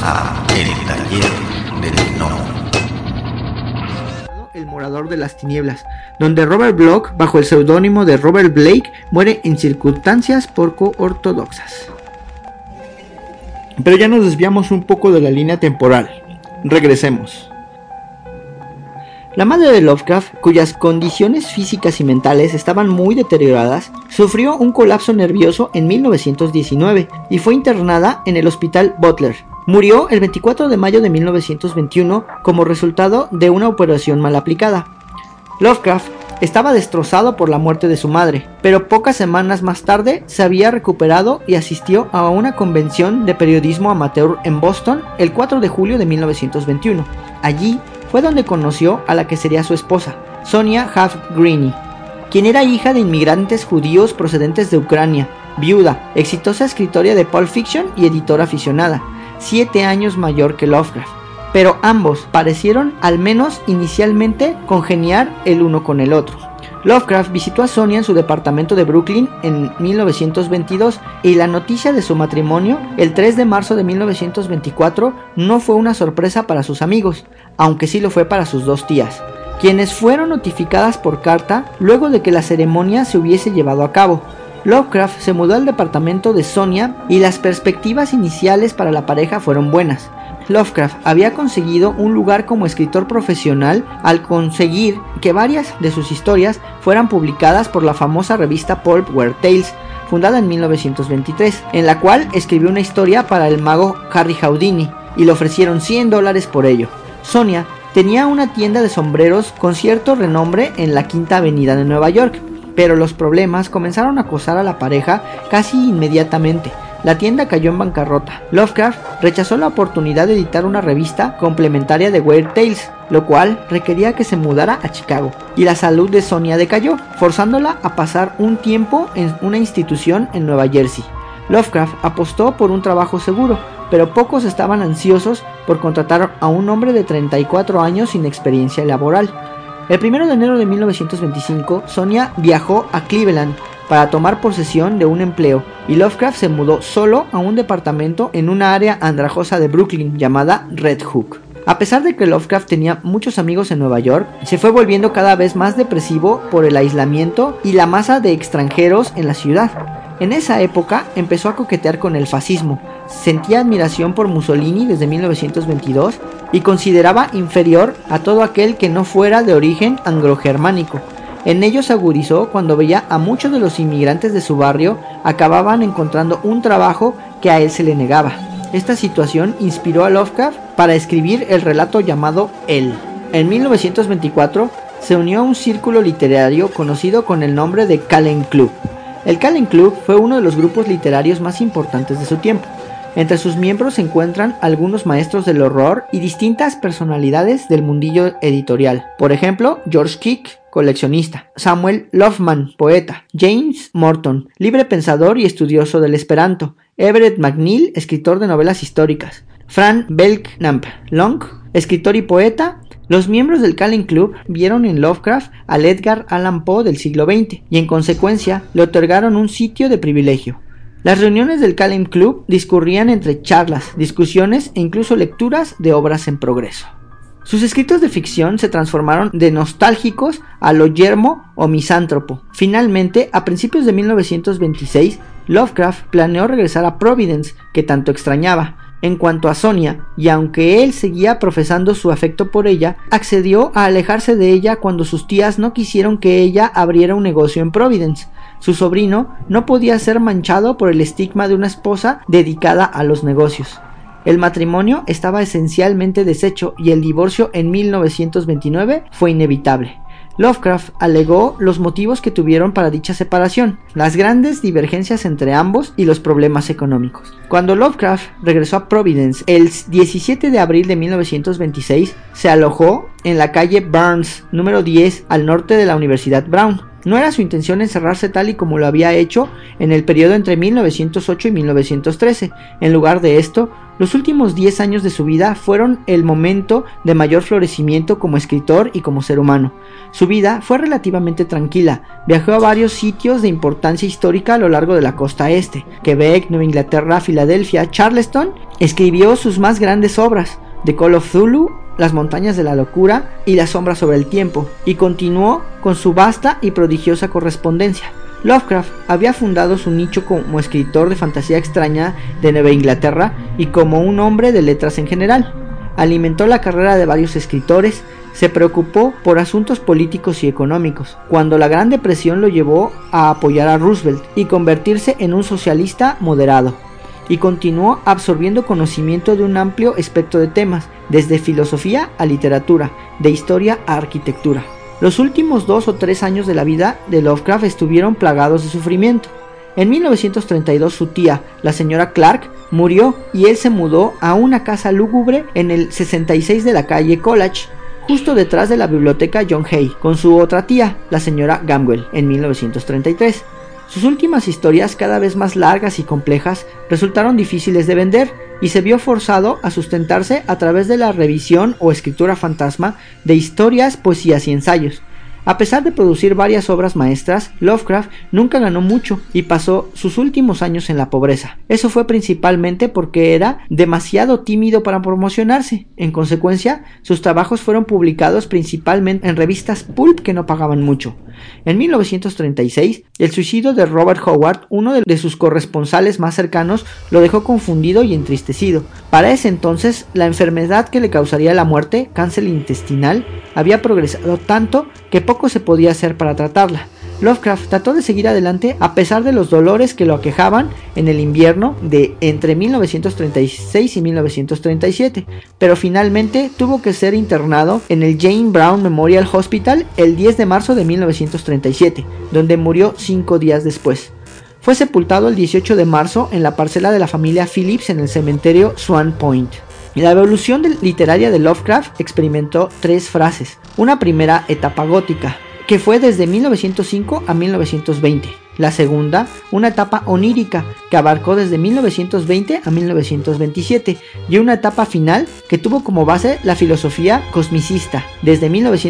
a El Taller del Gnomo. El Morador de las Tinieblas, donde Robert Bloch, bajo el seudónimo de Robert Blake, muere en circunstancias poco ortodoxas. Pero ya nos desviamos un poco de la línea temporal. Regresemos. La madre de Lovecraft, cuyas condiciones físicas y mentales estaban muy deterioradas, sufrió un colapso nervioso en 1919 y fue internada en el Hospital Butler. Murió el 24 de mayo de 1921 como resultado de una operación mal aplicada. Lovecraft estaba destrozado por la muerte de su madre, pero pocas semanas más tarde se había recuperado y asistió a una convención de periodismo amateur en Boston el 4 de julio de 1921. Allí fue donde conoció a la que sería su esposa, Sonia Huff-Greene, quien era hija de inmigrantes judíos procedentes de Ucrania, viuda, exitosa escritora de Pulp Fiction y editora aficionada, 7 años mayor que Lovecraft. Pero ambos parecieron, al menos inicialmente, congeniar el uno con el otro. Lovecraft visitó a Sonia en su departamento de Brooklyn en 1922 y la noticia de su matrimonio, el 3 de marzo de 1924, no fue una sorpresa para sus amigos, aunque sí lo fue para sus dos tías, quienes fueron notificadas por carta luego de que la ceremonia se hubiese llevado a cabo. Lovecraft se mudó al departamento de Sonia y las perspectivas iniciales para la pareja fueron buenas. Lovecraft había conseguido un lugar como escritor profesional al conseguir que varias de sus historias fueran publicadas por la famosa revista Pulp Weird Tales, fundada en 1923, en la cual escribió una historia para el mago Harry Houdini y le ofrecieron $100 por ello. Sonia tenía una tienda de sombreros con cierto renombre en la Quinta Avenida de Nueva York, pero los problemas comenzaron a acosar a la pareja casi inmediatamente. La tienda cayó en bancarrota. Lovecraft rechazó la oportunidad de editar una revista complementaria de Weird Tales, lo cual requería que se mudara a Chicago, y la salud de Sonia decayó, forzándola a pasar un tiempo en una institución en Nueva Jersey. Lovecraft apostó por un trabajo seguro, pero pocos estaban ansiosos por contratar a un hombre de 34 años sin experiencia laboral. El 1 de enero de 1925, Sonia viajó a Cleveland para tomar posesión de un empleo, y Lovecraft se mudó solo a un departamento en una área andrajosa de Brooklyn llamada Red Hook. A pesar de que Lovecraft tenía muchos amigos en Nueva York, se fue volviendo cada vez más depresivo por el aislamiento y la masa de extranjeros en la ciudad. En esa época empezó a coquetear con el fascismo, sentía admiración por Mussolini desde 1922 y consideraba inferior a todo aquel que no fuera de origen anglo-germánico. En ello se agudizó cuando veía a muchos de los inmigrantes de su barrio acababan encontrando un trabajo que a él se le negaba. Esta situación inspiró a Lovecraft para escribir el relato llamado Él. En 1924 se unió a un círculo literario conocido con el nombre de Callen Club. El Callen Club fue uno de los grupos literarios más importantes de su tiempo. Entre sus miembros se encuentran algunos maestros del horror y distintas personalidades del mundillo editorial. Por ejemplo, George Kick, coleccionista; Samuel Loveman, poeta; James Morton, libre pensador y estudioso del Esperanto; Everett McNeil, escritor de novelas históricas; Frank Belknap Long, escritor y poeta. Los miembros del Callen Club vieron en Lovecraft al Edgar Allan Poe del siglo XX y en consecuencia le otorgaron un sitio de privilegio. Las reuniones del Callen Club discurrían entre charlas, discusiones e incluso lecturas de obras en progreso. Sus escritos de ficción se transformaron de nostálgicos a lo yermo o misántropo. Finalmente, a principios de 1926, Lovecraft planeó regresar a Providence, que tanto extrañaba. En cuanto a Sonia, y aunque él seguía profesando su afecto por ella, accedió a alejarse de ella cuando sus tías no quisieron que ella abriera un negocio en Providence. Su sobrino no podía ser manchado por el estigma de una esposa dedicada a los negocios. El matrimonio estaba esencialmente deshecho y el divorcio en 1929 fue inevitable. Lovecraft alegó los motivos que tuvieron para dicha separación, las grandes divergencias entre ambos y los problemas económicos. Cuando Lovecraft regresó a Providence el 17 de abril de 1926, se alojó en la calle Burns, número 10, al norte de la Universidad Brown. No era su intención encerrarse tal y como lo había hecho en el periodo entre 1908 y 1913. En lugar de esto, los últimos 10 años de su vida fueron el momento de mayor florecimiento como escritor y como ser humano. Su vida fue relativamente tranquila. Viajó a varios sitios de importancia histórica a lo largo de la costa este: Quebec, Nueva Inglaterra, Filadelfia, Charleston. Escribió sus más grandes obras: The Call of Cthulhu, Las montañas de la locura y La sombra sobre el tiempo, y continuó con su vasta y prodigiosa correspondencia. Lovecraft había fundado su nicho como escritor de fantasía extraña de Nueva Inglaterra y como un hombre de letras en general. Alimentó la carrera de varios escritores, se preocupó por asuntos políticos y económicos, cuando la Gran Depresión lo llevó a apoyar a Roosevelt y convertirse en un socialista moderado, y continuó absorbiendo conocimiento de un amplio espectro de temas, desde filosofía a literatura, de historia a arquitectura. Los últimos 2 o 3 años de la vida de Lovecraft estuvieron plagados de sufrimiento. En 1932 su tía, la señora Clark, murió y él se mudó a una casa lúgubre en el 66 de la calle College, justo detrás de la biblioteca John Hay, con su otra tía, la señora Gamwell, en 1933. Sus últimas historias, cada vez más largas y complejas, resultaron difíciles de vender y se vio forzado a sustentarse a través de la revisión o escritura fantasma de historias, poesías y ensayos. A pesar de producir varias obras maestras, Lovecraft nunca ganó mucho y pasó sus últimos años en la pobreza. Eso fue principalmente porque era demasiado tímido para promocionarse. En consecuencia, sus trabajos fueron publicados principalmente en revistas pulp que no pagaban mucho. En 1936, el suicidio de Robert Howard, uno de sus corresponsales más cercanos, lo dejó confundido y entristecido. Para ese entonces, la enfermedad que le causaría la muerte, cáncer intestinal, había progresado tanto que poco se podía hacer para tratarla. Lovecraft trató de seguir adelante a pesar de los dolores que lo aquejaban en el invierno de entre 1936 y 1937, pero finalmente tuvo que ser internado en el Jane Brown Memorial Hospital el 10 de marzo de 1937, donde murió 5 días después. Fue sepultado el 18 de marzo en la parcela de la familia Phillips en el cementerio Swan Point. La evolución literaria de Lovecraft experimentó 3 fases. Una primera etapa gótica, que fue desde 1905 a 1920. La segunda, una etapa onírica, que abarcó desde 1920 a 1927, y una etapa final que tuvo como base la filosofía cosmicista, desde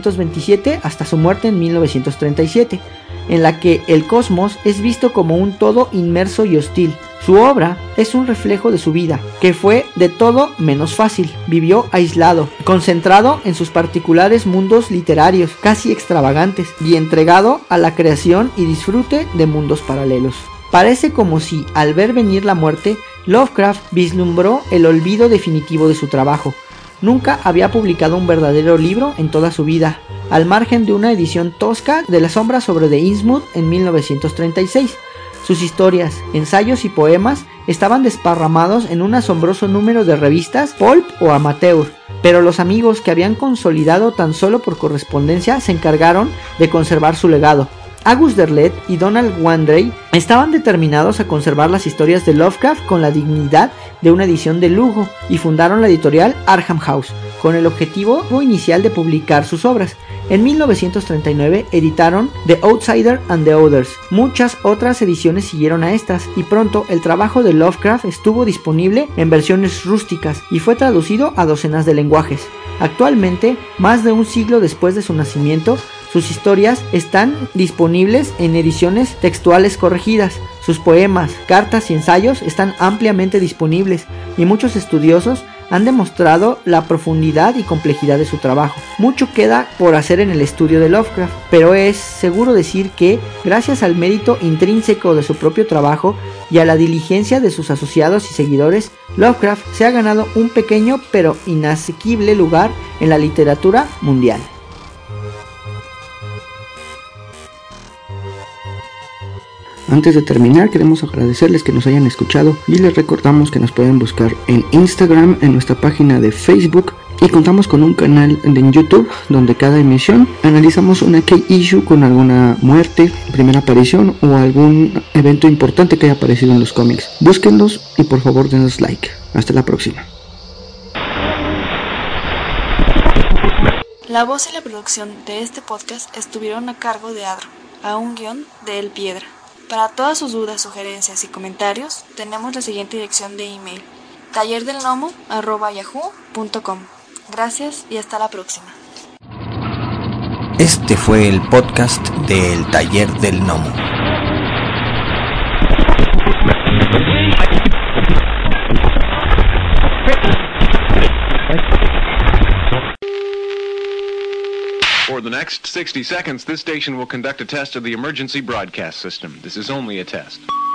1927 hasta su muerte en 1937, en la que el cosmos es visto como un todo inmerso y hostil. Su obra es un reflejo de su vida, que fue de todo menos fácil. Vivió aislado, concentrado en sus particulares mundos literarios, casi extravagantes, y entregado a la creación y disfrute de mundos paralelos. Parece como si, al ver venir la muerte, Lovecraft vislumbró el olvido definitivo de su trabajo. Nunca había publicado un verdadero libro en toda su vida, al margen de una edición tosca de La sombra sobre The Innsmouth en 1936. Sus historias, ensayos y poemas estaban desparramados en un asombroso número de revistas pulp o amateur, pero los amigos que habían consolidado tan solo por correspondencia se encargaron de conservar su legado. August Derleth y Donald Wandrei estaban determinados a conservar las historias de Lovecraft con la dignidad de una edición de lujo y fundaron la editorial Arkham House, con el objetivo inicial de publicar sus obras. En 1939 editaron The Outsider and the Others. Muchas otras ediciones siguieron a estas, y pronto el trabajo de Lovecraft estuvo disponible en versiones rústicas y fue traducido a docenas de lenguajes. Actualmente, más de un siglo después de su nacimiento, sus historias están disponibles en ediciones textuales corregidas. Sus poemas, cartas y ensayos están ampliamente disponibles, y muchos estudiosos han demostrado la profundidad y complejidad de su trabajo. Mucho queda por hacer en el estudio de Lovecraft, pero es seguro decir que, gracias al mérito intrínseco de su propio trabajo y a la diligencia de sus asociados y seguidores, Lovecraft se ha ganado un pequeño pero inasequible lugar en la literatura mundial. Antes de terminar, queremos agradecerles que nos hayan escuchado y les recordamos que nos pueden buscar en Instagram, en nuestra página de Facebook, y contamos con un canal en YouTube donde cada emisión analizamos una key issue con alguna muerte, primera aparición o algún evento importante que haya aparecido en los cómics. Búsquenlos y por favor denos like. Hasta la próxima. La voz y la producción de este podcast estuvieron a cargo de Adro. a un guión de El Piedra. Para todas sus dudas, sugerencias y comentarios, tenemos la siguiente dirección de email: tallerdelgnomo@yahoo.com. Gracias y hasta la próxima. Este fue el podcast de El Taller del Gnomo. For the next 60 seconds, this station will conduct a test of the emergency broadcast system. This is only a test.